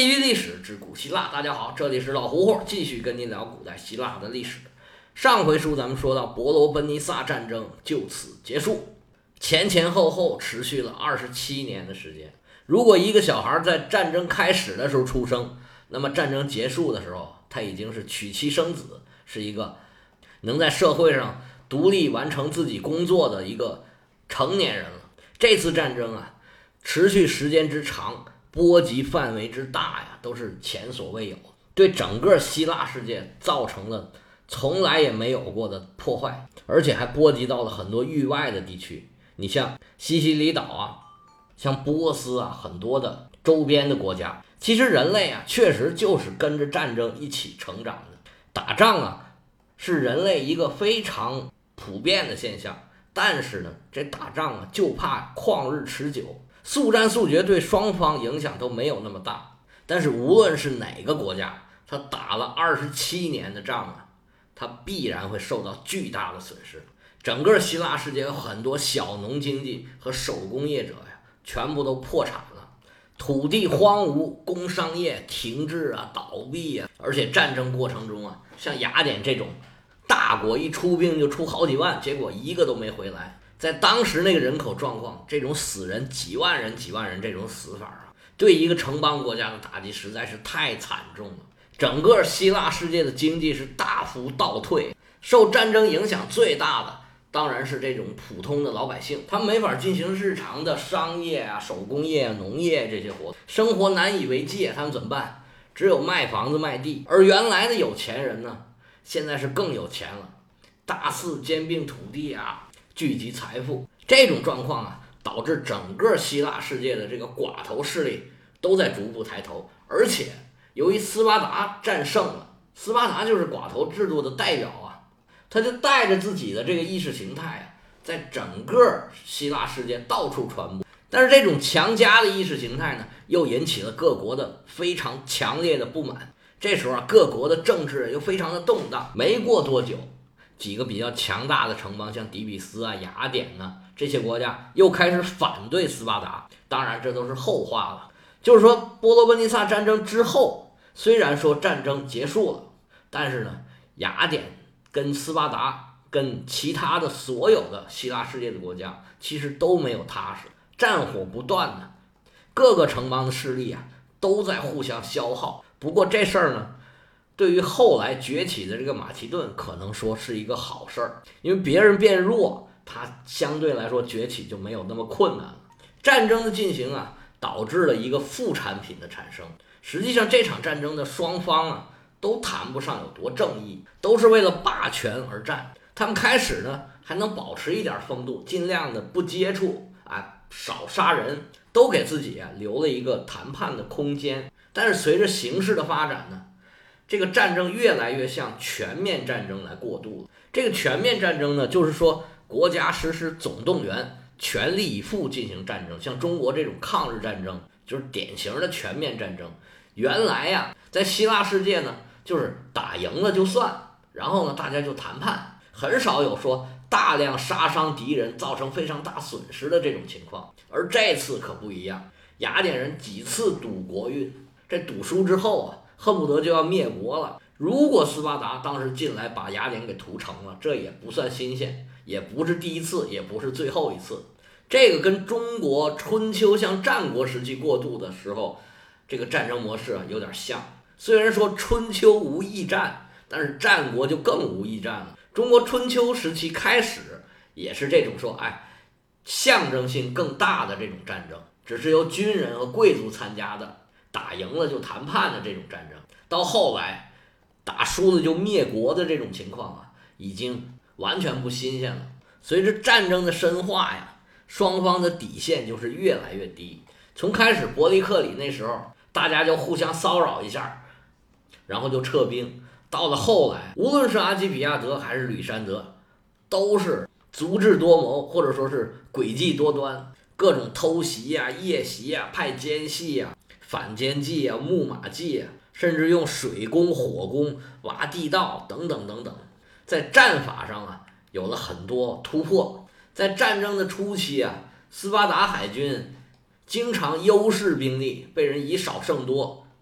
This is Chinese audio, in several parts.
业余历史之古希腊，大家好，这里是老胡胡，继续跟您聊古代希腊的历史。上回书咱们说到伯罗奔尼撒战争就此结束，前后持续了27年的时间。如果一个小孩在战争开始的时候出生，那么战争结束的时候，他已经是娶妻生子，是一个能在社会上独立完成自己工作的一个成年人了。这次战争啊，持续时间之长，波及范围之大呀，都是前所未有，对整个希腊世界造成了从来也没有过的破坏，而且还波及到了很多域外的地区。你像西西里岛啊，像波斯啊，很多的周边的国家。其实人类啊，确实就是跟着战争一起成长的。打仗啊，是人类一个非常普遍的现象。但是呢，这打仗啊，就怕旷日持久，速战速决对双方影响都没有那么大。但是无论是哪个国家，他打了27年的仗啊，他必然会受到巨大的损失。整个希腊世界有很多小农经济和手工业者呀，全部都破产了，土地荒芜，工商业停滞啊，倒闭啊。而且战争过程中啊，像雅典这种大国一出兵就出好几万，结果一个都没回来。在当时那个人口状况，这种死人几万人这种死法啊，对一个城邦国家的打击实在是太惨重了。整个希腊世界的经济是大幅倒退，受战争影响最大的当然是这种普通的老百姓，他们没法进行日常的商业啊、手工业啊、农业这些活动，生活难以为继，他们怎么办？只有卖房子卖地。而原来的有钱人呢，现在是更有钱了，大肆兼并土地啊，聚集财富。这种状况啊，导致整个希腊世界的这个寡头势力都在逐步抬头。而且由于斯巴达战胜了，斯巴达就是寡头制度的代表啊，他就带着自己的这个意识形态啊，在整个希腊世界到处传播。但是这种强加的意识形态呢，又引起了各国的非常强烈的不满。这时候啊，各国的政治又非常的动荡。没过多久，几个比较强大的城邦，像底比斯啊、雅典呢，这些国家又开始反对斯巴达。当然这都是后话了。就是说波罗奔尼撒战争之后，虽然说战争结束了，但是呢，雅典跟斯巴达跟其他的所有的希腊世界的国家其实都没有踏实，战火不断的，各个城邦的势力啊都在互相消耗。不过这事儿呢，对于后来崛起的这个马其顿可能说是一个好事儿，因为别人变弱，他相对来说崛起就没有那么困难了。战争的进行啊，导致了一个副产品的产生。实际上这场战争的双方啊，都谈不上有多正义，都是为了霸权而战。他们开始呢还能保持一点风度，尽量的不接触啊，少杀人，都给自己啊留了一个谈判的空间。但是随着形势的发展呢，这个战争越来越向全面战争来过渡了。这个全面战争呢，就是说国家实施总动员，全力以赴进行战争。像中国这种抗日战争就是典型的全面战争。原来呀，在希腊世界呢，就是打赢了就算，然后呢大家就谈判，很少有说大量杀伤敌人造成非常大损失的这种情况。而这次可不一样，雅典人几次赌国运，这赌输之后啊，恨不得就要灭国了。如果斯巴达当时进来把雅典给屠城了，这也不算新鲜，也不是第一次，也不是最后一次。这个跟中国春秋向战国时期过渡的时候这个战争模式啊有点像。虽然说春秋无义战，但是战国就更无义战了。中国春秋时期开始也是这种说象征性更大的这种战争，只是由军人和贵族参加的，打赢了就谈判的这种战争。到后来打输了就灭国的这种情况啊，已经完全不新鲜了。随着战争的深化呀，双方的底线就是越来越低。从开始伯利克里那时候，大家就互相骚扰一下，然后就撤兵。到了后来，无论是阿基比亚德还是吕山德，都是足智多谋，或者说是诡计多端，各种偷袭啊、夜袭啊、派奸细啊、反间计啊、木马计啊，甚至用水攻、火攻、挖地道等等等等，在战法上啊有了很多突破。在战争的初期啊，斯巴达海军经常优势兵力，被人以少胜多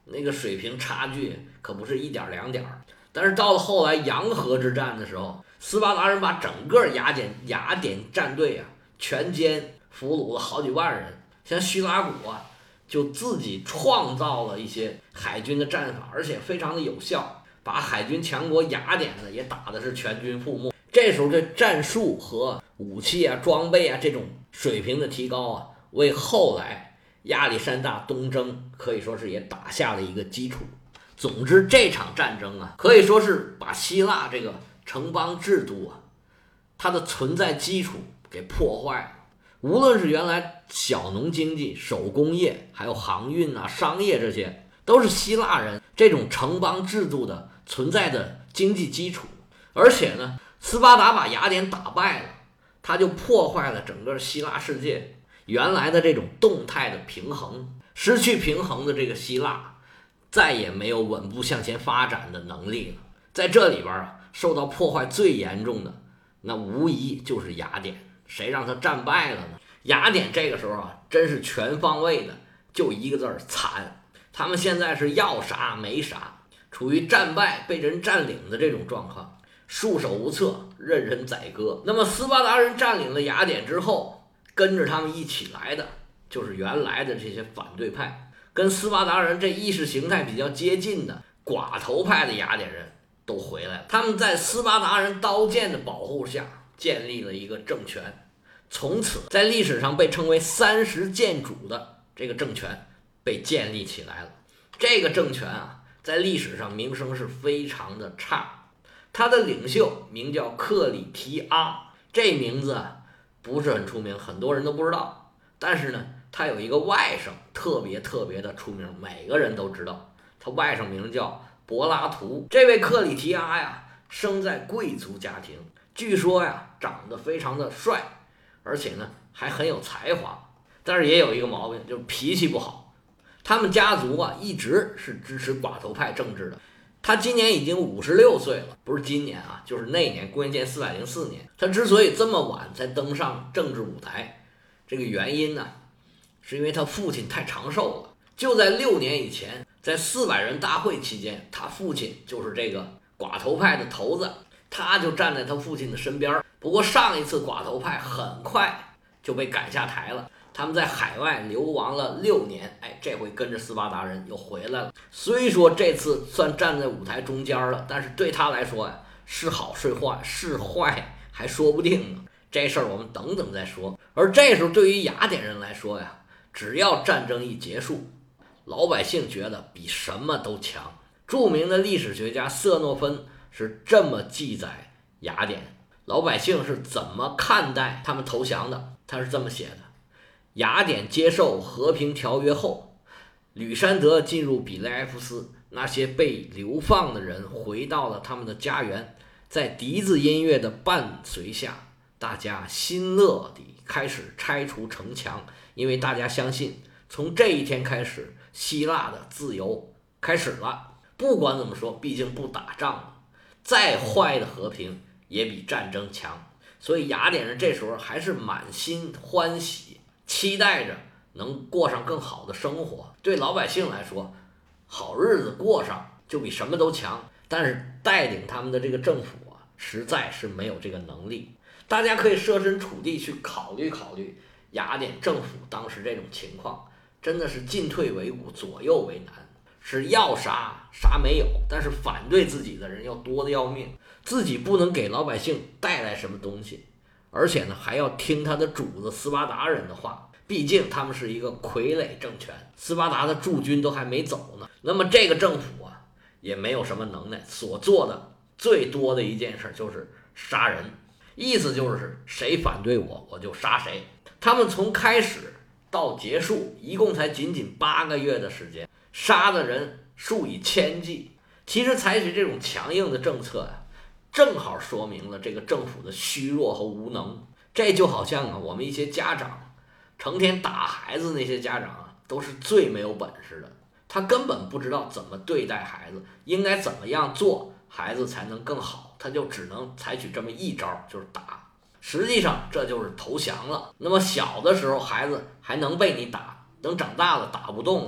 那个水平差距可不是一点两点。但是到了后来洋河之战的时候，斯巴达人把整个雅典战队啊全歼，俘虏了好几万人。像叙拉古啊，就自己创造了一些海军的战法，而且非常的有效，把海军强国雅典呢也打的是全军覆没。这时候这战术和武器啊、装备啊这种水平的提高啊，为后来亚历山大东征可以说是也打下了一个基础。总之这场战争啊，可以说是把希腊这个城邦制度啊，它的存在基础给破坏了。无论是原来小农经济、手工业，还有航运啊、商业，这些都是希腊人这种城邦制度的存在的经济基础。而且呢，斯巴达把雅典打败了，他就破坏了整个希腊世界原来的这种动态的平衡。失去平衡的这个希腊再也没有稳步向前发展的能力了。在这里边啊，受到破坏最严重的那无疑就是雅典。谁让他战败了呢？雅典这个时候啊，真是全方位的就一个字儿惨。他们现在是要啥没啥，处于战败被人占领的这种状况，束手无策，任人宰割。那么斯巴达人占领了雅典之后，跟着他们一起来的就是原来的这些反对派，跟斯巴达人这意识形态比较接近的寡头派的雅典人都回来了。他们在斯巴达人刀剑的保护下建立了一个政权，从此在历史上被称为30建主的这个政权被建立起来了。这个政权啊，在历史上名声是非常的差。他的领袖名叫克里提阿，这名字啊不是很出名，很多人都不知道。但是呢，他有一个外甥特别的出名，每个人都知道。他外甥名叫柏拉图。这位克里提阿呀，生在贵族家庭，据说呀长得非常的帅，而且呢还很有才华，但是也有一个毛病，就是脾气不好。他们家族啊一直是支持寡头派政治的。他今年已经56岁了，不是今年啊，就是那年公元前404年。他之所以这么晚才登上政治舞台，这个原因呢，是因为他父亲太长寿了。就在6年以前，在400人大会期间，他父亲就是这个寡头派的头子，他就站在他父亲的身边。不过上一次寡头派很快就被赶下台了，他们在海外流亡了6年，这回跟着斯巴达人又回来了。虽说这次算站在舞台中间了，但是对他来说呀，是好是坏，是坏还说不定呢。这事儿我们等等再说。而这时候对于雅典人来说呀，只要战争一结束，老百姓觉得比什么都强。著名的历史学家色诺芬是这么记载雅典老百姓是怎么看待他们投降的。他是这么写的：雅典接受和平条约后，吕山德进入比雷埃夫斯，那些被流放的人回到了他们的家园，在笛子音乐的伴随下，大家心乐地开始拆除城墙，因为大家相信从这一天开始，希腊的自由开始了。不管怎么说，毕竟不打仗了，再坏的和平也比战争强。所以雅典人这时候还是满心欢喜，期待着能过上更好的生活。对老百姓来说，好日子过上就比什么都强。但是带领他们的这个政府啊，实在是没有这个能力。大家可以设身处地去考虑考虑雅典政府当时这种情况，真的是进退维谷，左右为难，是要啥啥没有，但是反对自己的人要多的要命。自己不能给老百姓带来什么东西，而且呢还要听他的主子斯巴达人的话，毕竟他们是一个傀儡政权，斯巴达的驻军都还没走呢。那么这个政府啊也没有什么能耐，所做的最多的一件事就是杀人，意思就是谁反对我我就杀谁。他们从开始到结束一共才仅8个月的时间，杀的人数以千计。其实采取这种强硬的政策呀，正好说明了这个政府的虚弱和无能。这就好像啊，我们一些家长成天打孩子，那些家长啊都是最没有本事的，他根本不知道怎么对待孩子，应该怎么样做孩子才能更好，他就只能采取这么一招，就是打。实际上这就是投降了。那么小的时候孩子还能被你打，等长大了打不动了，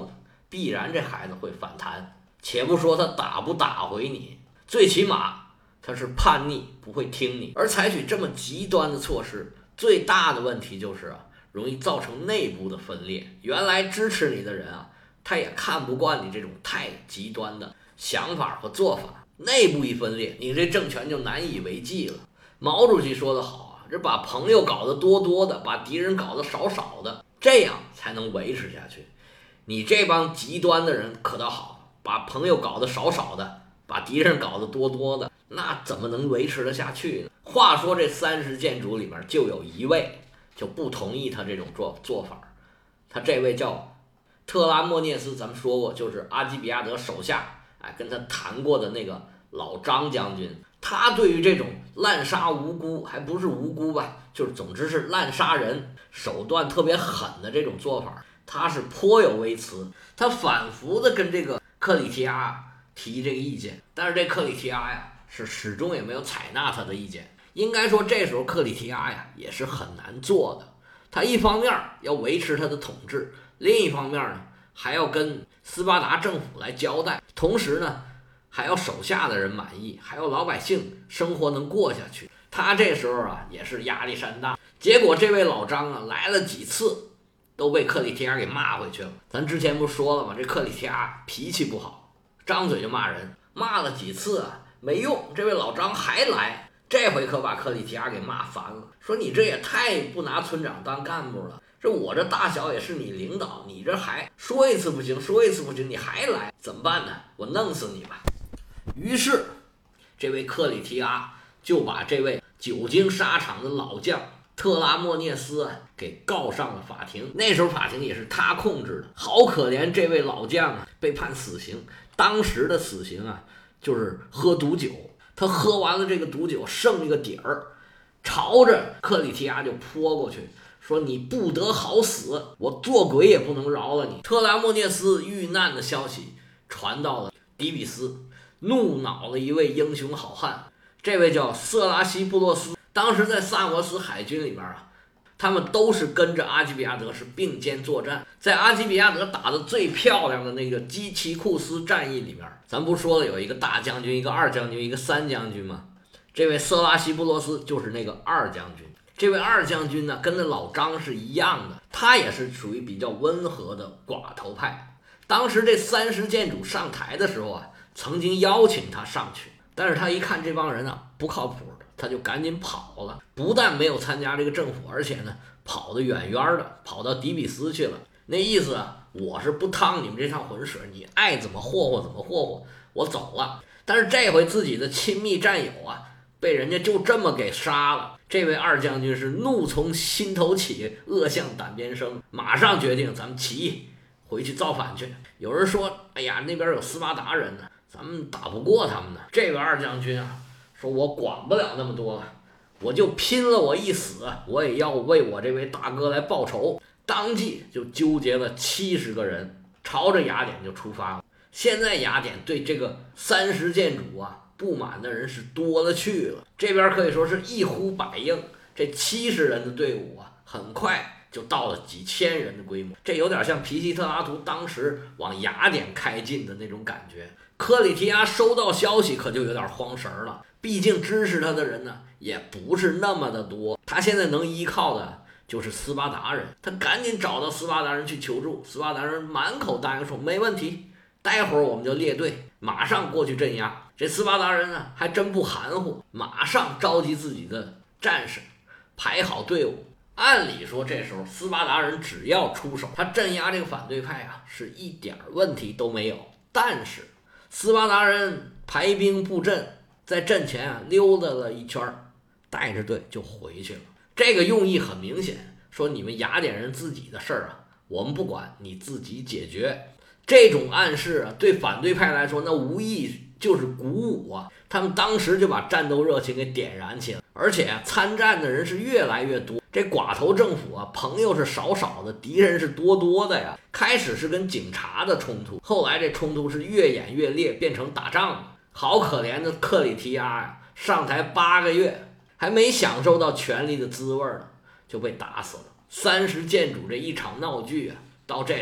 必然这孩子会反弹。且不说他打不打回你，最起码他是叛逆，不会听你。而采取这么极端的措施，最大的问题就是容易造成内部的分裂。原来支持你的人他也看不惯你这种太极端的想法和做法，内部一分裂，你这政权就难以为继了。毛主席说得好这把朋友搞得多多的，把敌人搞得少少的，这样才能维持下去。你这帮极端的人可倒好，把朋友搞得少少的，把敌人搞得多多的，那怎么能维持得下去呢？话说这30建主里面就有一位就不同意他这种做法，他这位叫特拉莫涅斯，咱们说过就是阿基比亚德手下跟他谈过的那个老张将军。他对于这种滥杀无辜，还不是无辜吧，就是总之是滥杀人，手段特别狠的这种做法，他是颇有微词。他反复的跟这个克里提亚提这个意见，但是这克里提亚是始终也没有采纳他的意见。应该说这时候克里提亚也是很难做的，他一方面要维持他的统治，另一方面呢还要跟斯巴达政府来交代，同时呢还要手下的人满意，还有老百姓生活能过下去。他这时候也是压力山大。结果这位老张来了几次都被克里提亚给骂回去了。咱之前不说了吗？这克里提亚脾气不好，张嘴就骂人，骂了几次没用，这位老张还来，这回可把克里提亚给骂烦了，说你这也太不拿村长当干部了，这我这大小也是你领导，你这还说一次不行说一次不行，你还来，怎么办呢？我弄死你吧。于是这位克里提亚就把这位久经沙场的老将特拉莫涅斯给告上了法庭。那时候法庭也是他控制的，好可怜，这位老将被判死刑。当时的死刑就是喝毒酒，他喝完了这个毒酒剩一个底儿，朝着克里提亚就泼过去，说你不得好死，我做鬼也不能饶了你。特拉莫涅斯遇难的消息传到了底比斯，怒恼了一位英雄好汉，这位叫色拉西布洛斯。当时在萨摩斯海军里面他们都是跟着阿基比亚德是并肩作战。在阿基比亚德打得最漂亮的那个基奇库斯战役里面，咱不说了有一个大将军，一个二将军，一个三将军吗？这位色拉西布洛斯就是那个二将军。这位二将军跟那老张是一样的，他也是属于比较温和的寡头派。当时这30建主上台的时候曾经邀请他上去，但是他一看这帮人不靠谱的，他就赶紧跑了。不但没有参加这个政府，而且呢跑得远远的，跑到底比斯去了。那意思我是不趟你们这趟浑水，你爱怎么霍霍怎么霍霍，我走了。但是这回自己的亲密战友被人家就这么给杀了。这位二将军是怒从心头起，恶向胆边生，马上决定咱们起义回去造反去。有人说哎呀，那边有斯巴达人呢，咱们打不过他们呢。这位二将军说我管不了那么多了，我就拼了我一死，我也要为我这位大哥来报仇。当即就纠结了70个人，朝着雅典就出发了。现在雅典对这个30建主不满的人是多了去了，这边可以说是一呼百应。这70人的队伍很快就到了几千人的规模，这有点像皮西特拉图当时往雅典开进的那种感觉。克里提亚收到消息可就有点慌神了，毕竟支持他的人也不是那么的多，他现在能依靠的就是斯巴达人。他赶紧找到斯巴达人去求助，斯巴达人满口答应说没问题，待会儿我们就列队马上过去镇压。这斯巴达人还真不含糊，马上召集自己的战士排好队伍。按理说这时候斯巴达人只要出手，他镇压这个反对派是一点问题都没有。但是斯巴达人排兵布阵，在阵前溜达了一圈，带着队就回去了。这个用意很明显，说你们雅典人自己的事儿我们不管，你自己解决。这种暗示对反对派来说那无疑就是鼓舞他们当时就把战斗热情给点燃起来，而且参战的人是越来越多。这寡头政府朋友是少少的，敌人是多多的呀。开始是跟警察的冲突，后来这冲突是越演越烈，变成打仗了。好可怜的克里提亚上台8个月还没享受到权力的滋味呢，就被打死了。30建主这一场闹剧到这时候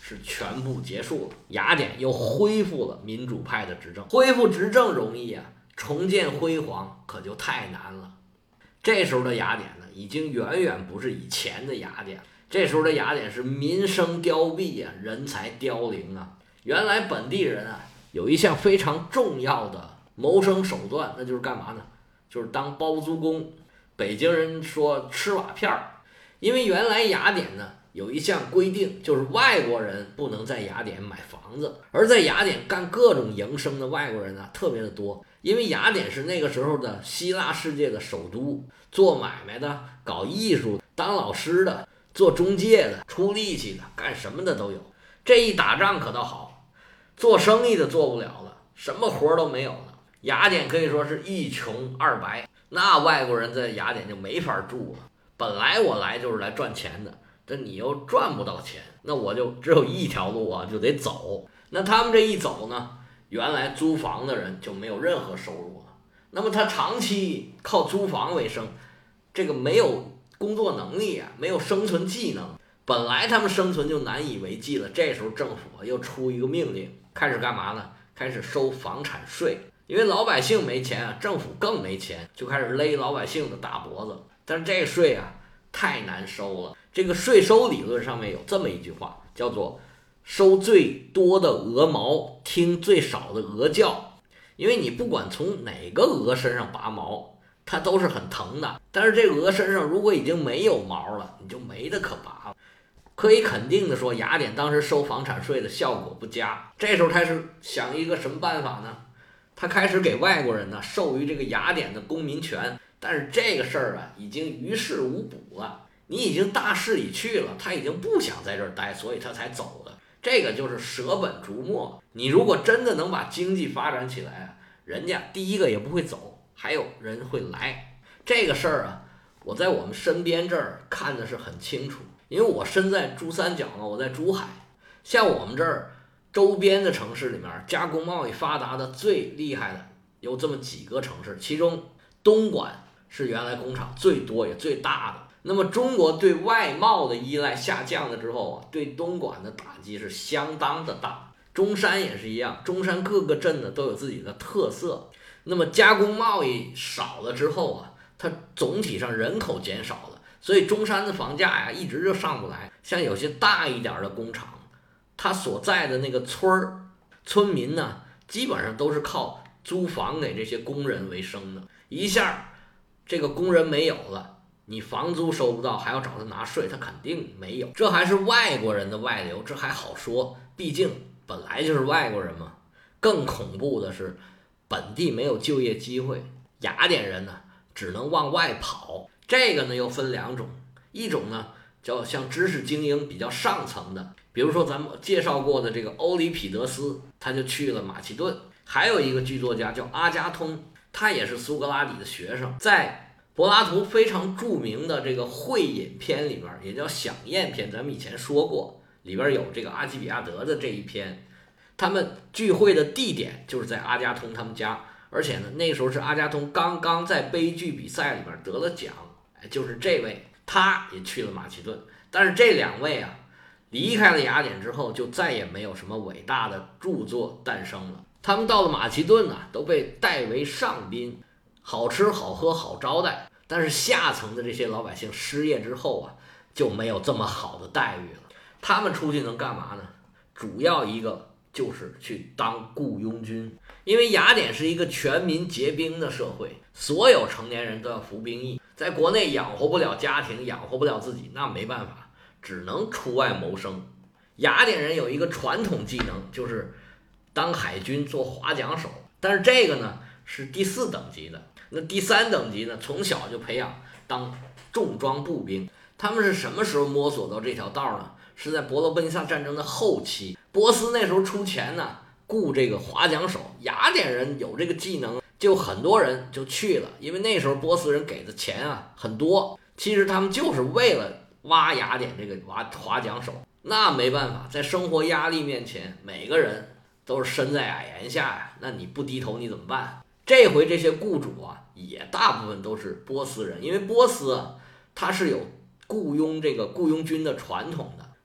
是全部结束了，雅典又恢复了民主派的执政。恢复执政容易啊，重建辉煌可就太难了。这时候的雅典呢，已经远远不是以前的雅典，这时候的雅典是民生凋敝啊，人才凋零啊。原来本地人啊，有一项非常重要的谋生手段，那就是干嘛呢？就是当包租公。北京人说吃瓦片儿，因为原来雅典呢有一项规定，就是外国人不能在雅典买房子，而在雅典干各种营生的外国人呢特别的多，因为雅典是那个时候的希腊世界的首都，做买卖的、搞艺术、当老师的、做中介的、出力气的、干什么的都有。这一打仗可倒好，做生意的做不了了，什么活都没有了。雅典可以说是一穷二白，那外国人在雅典就没法住了。本来我来就是来赚钱的，但你又赚不到钱，那我就只有一条路啊，就得走。那他们这一走呢，原来租房的人就没有任何收入了。那么他长期靠租房为生，这个没有工作能力啊，没有生存技能，本来他们生存就难以为继了。这时候政府又出一个命令，开始干嘛呢？开始收房产税。因为老百姓没钱啊，政府更没钱，就开始勒老百姓的大脖子。但是这个税啊太难收了。这个税收理论上面有这么一句话，叫做收最多的鹅毛，听最少的鹅叫。因为你不管从哪个鹅身上拔毛，它都是很疼的，但是这个鹅身上如果已经没有毛了，你就没得可拔了。可以肯定的说，雅典当时收房产税的效果不佳。这时候他是想一个什么办法呢？他开始给外国人呢授予这个雅典的公民权，但是这个事儿啊已经于事无补了，你已经大势已去了，他已经不想在这儿待，所以他才走的。这个就是舍本逐末。你如果真的能把经济发展起来啊，人家第一个也不会走，还有人会来。这个事儿啊，我在我们身边这儿看的是很清楚，因为我身在珠三角嘛，我在珠海，像我们这儿周边的城市里面，加工贸易发达的最厉害的有这么几个城市，其中东莞是原来工厂最多也最大的。那么中国对外贸的依赖下降了之后啊，对东莞的打击是相当的大。中山也是一样，中山各个镇呢都有自己的特色。那么加工贸易少了之后啊，它总体上人口减少了，所以中山的房价呀一直就上不来。像有些大一点的工厂，他所在的那个村民呢，基本上都是靠租房给这些工人为生的。一下这个工人没有了，你房租收不到，还要找他拿税，他肯定没有。这还是外国人的外流，这还好说，毕竟本来就是外国人嘛。更恐怖的是，本地没有就业机会，雅典人呢只能往外跑。这个呢又分两种，一种呢叫像知识精英比较上层的，比如说咱们介绍过的这个欧里庇得斯，他就去了马其顿。还有一个剧作家叫阿加通，他也是苏格拉底的学生，在柏拉图非常著名的这个会饮篇里边，也叫享宴篇，咱们以前说过，里边有这个阿基比亚德的这一篇。他们聚会的地点就是在阿加通他们家，而且呢那时候是阿加通刚刚在悲剧比赛里边得了奖，就是这位他也去了马其顿。但是这两位啊离开了雅典之后，就再也没有什么伟大的著作诞生了。他们到了马其顿啊，都被待为上宾，好吃好喝好招待。但是下层的这些老百姓失业之后啊，就没有这么好的待遇了。他们出去能干嘛呢？主要一个就是去当雇佣军，因为雅典是一个全民结兵的社会，所有成年人都要服兵役，在国内养活不了家庭，养活不了自己，那没办法，只能出外谋生。雅典人有一个传统技能，就是当海军做划桨手，但是这个呢是第4等级的。那第3等级呢，从小就培养当重装步兵。他们是什么时候摸索到这条道呢？是在伯罗奔尼撒战争的后期，波斯那时候出钱呢雇这个划桨手，雅典人有这个技能，就很多人就去了。因为那时候波斯人给的钱啊很多，其实他们就是为了挖雅典这个划桨手。那没办法，在生活压力面前，每个人都是身在矮檐下呀，那你不低头你怎么办？这回这些雇主啊也大部分都是波斯人，因为波斯啊它是有雇佣军的传统的，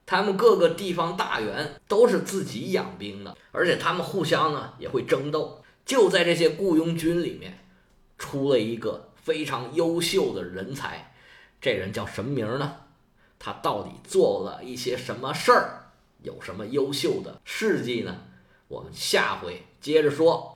他们各个地方大员都是自己养兵的，而且他们互相呢也会争斗。就在这些雇佣军里面，出了一个非常优秀的人才。这人叫什么名呢？他到底做了一些什么事儿？有什么优秀的事迹呢？我们下回接着说。